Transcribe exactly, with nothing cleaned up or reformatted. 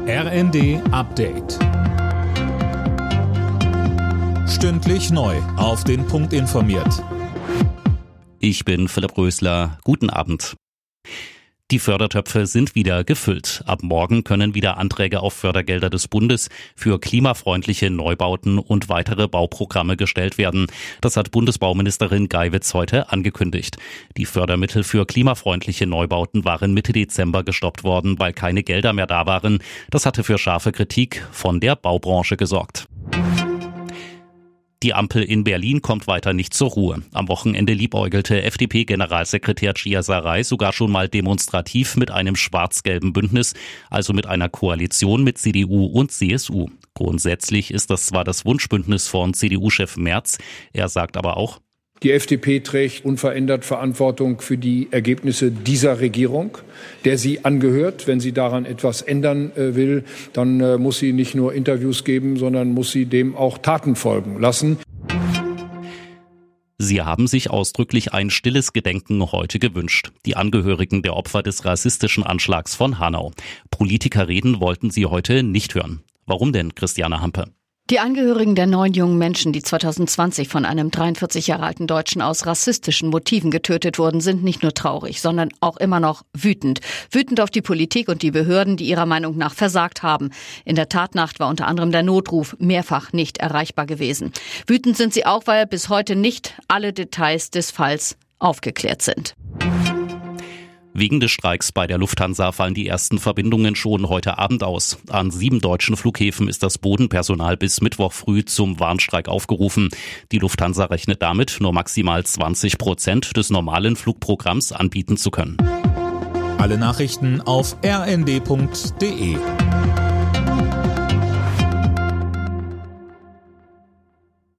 R N D Update. Stündlich neu auf den Punkt informiert. Ich bin Philipp Rösler. Guten Abend. Die Fördertöpfe sind wieder gefüllt. Ab morgen können wieder Anträge auf Fördergelder des Bundes für klimafreundliche Neubauten und weitere Bauprogramme gestellt werden. Das hat Bundesbauministerin Geiwitz heute angekündigt. Die Fördermittel für klimafreundliche Neubauten waren Mitte Dezember gestoppt worden, weil keine Gelder mehr da waren. Das hatte für scharfe Kritik von der Baubranche gesorgt. Die Ampel in Berlin kommt weiter nicht zur Ruhe. Am Wochenende liebäugelte F D P-Generalsekretär Gia Sarai sogar schon mal demonstrativ mit einem schwarz-gelben Bündnis, also mit einer Koalition mit C D U und C S U. Grundsätzlich ist das zwar das Wunschbündnis von C D U-Chef Merz, er sagt aber auch: Die F D P trägt unverändert Verantwortung für die Ergebnisse dieser Regierung, der sie angehört. Wenn sie daran etwas ändern äh, will, dann äh, muss sie nicht nur Interviews geben, sondern muss sie dem auch Taten folgen lassen. Sie haben sich ausdrücklich ein stilles Gedenken heute gewünscht. Die Angehörigen der Opfer des rassistischen Anschlags von Hanau. Politiker reden wollten sie heute nicht hören. Warum denn, Christiane Hampe? Die Angehörigen der neun jungen Menschen, die zwanzig zwanzig von einem dreiundvierzig Jahre alten Deutschen aus rassistischen Motiven getötet wurden, sind nicht nur traurig, sondern auch immer noch wütend. Wütend auf die Politik und die Behörden, die ihrer Meinung nach versagt haben. In der Tatnacht war unter anderem der Notruf mehrfach nicht erreichbar gewesen. Wütend sind sie auch, weil bis heute nicht alle Details des Falls aufgeklärt sind. Wegen des Streiks bei der Lufthansa fallen die ersten Verbindungen schon heute Abend aus. An sieben deutschen Flughäfen ist das Bodenpersonal bis Mittwoch früh zum Warnstreik aufgerufen. Die Lufthansa rechnet damit, nur maximal zwanzig Prozent des normalen Flugprogramms anbieten zu können. Alle Nachrichten auf r n d punkt d e.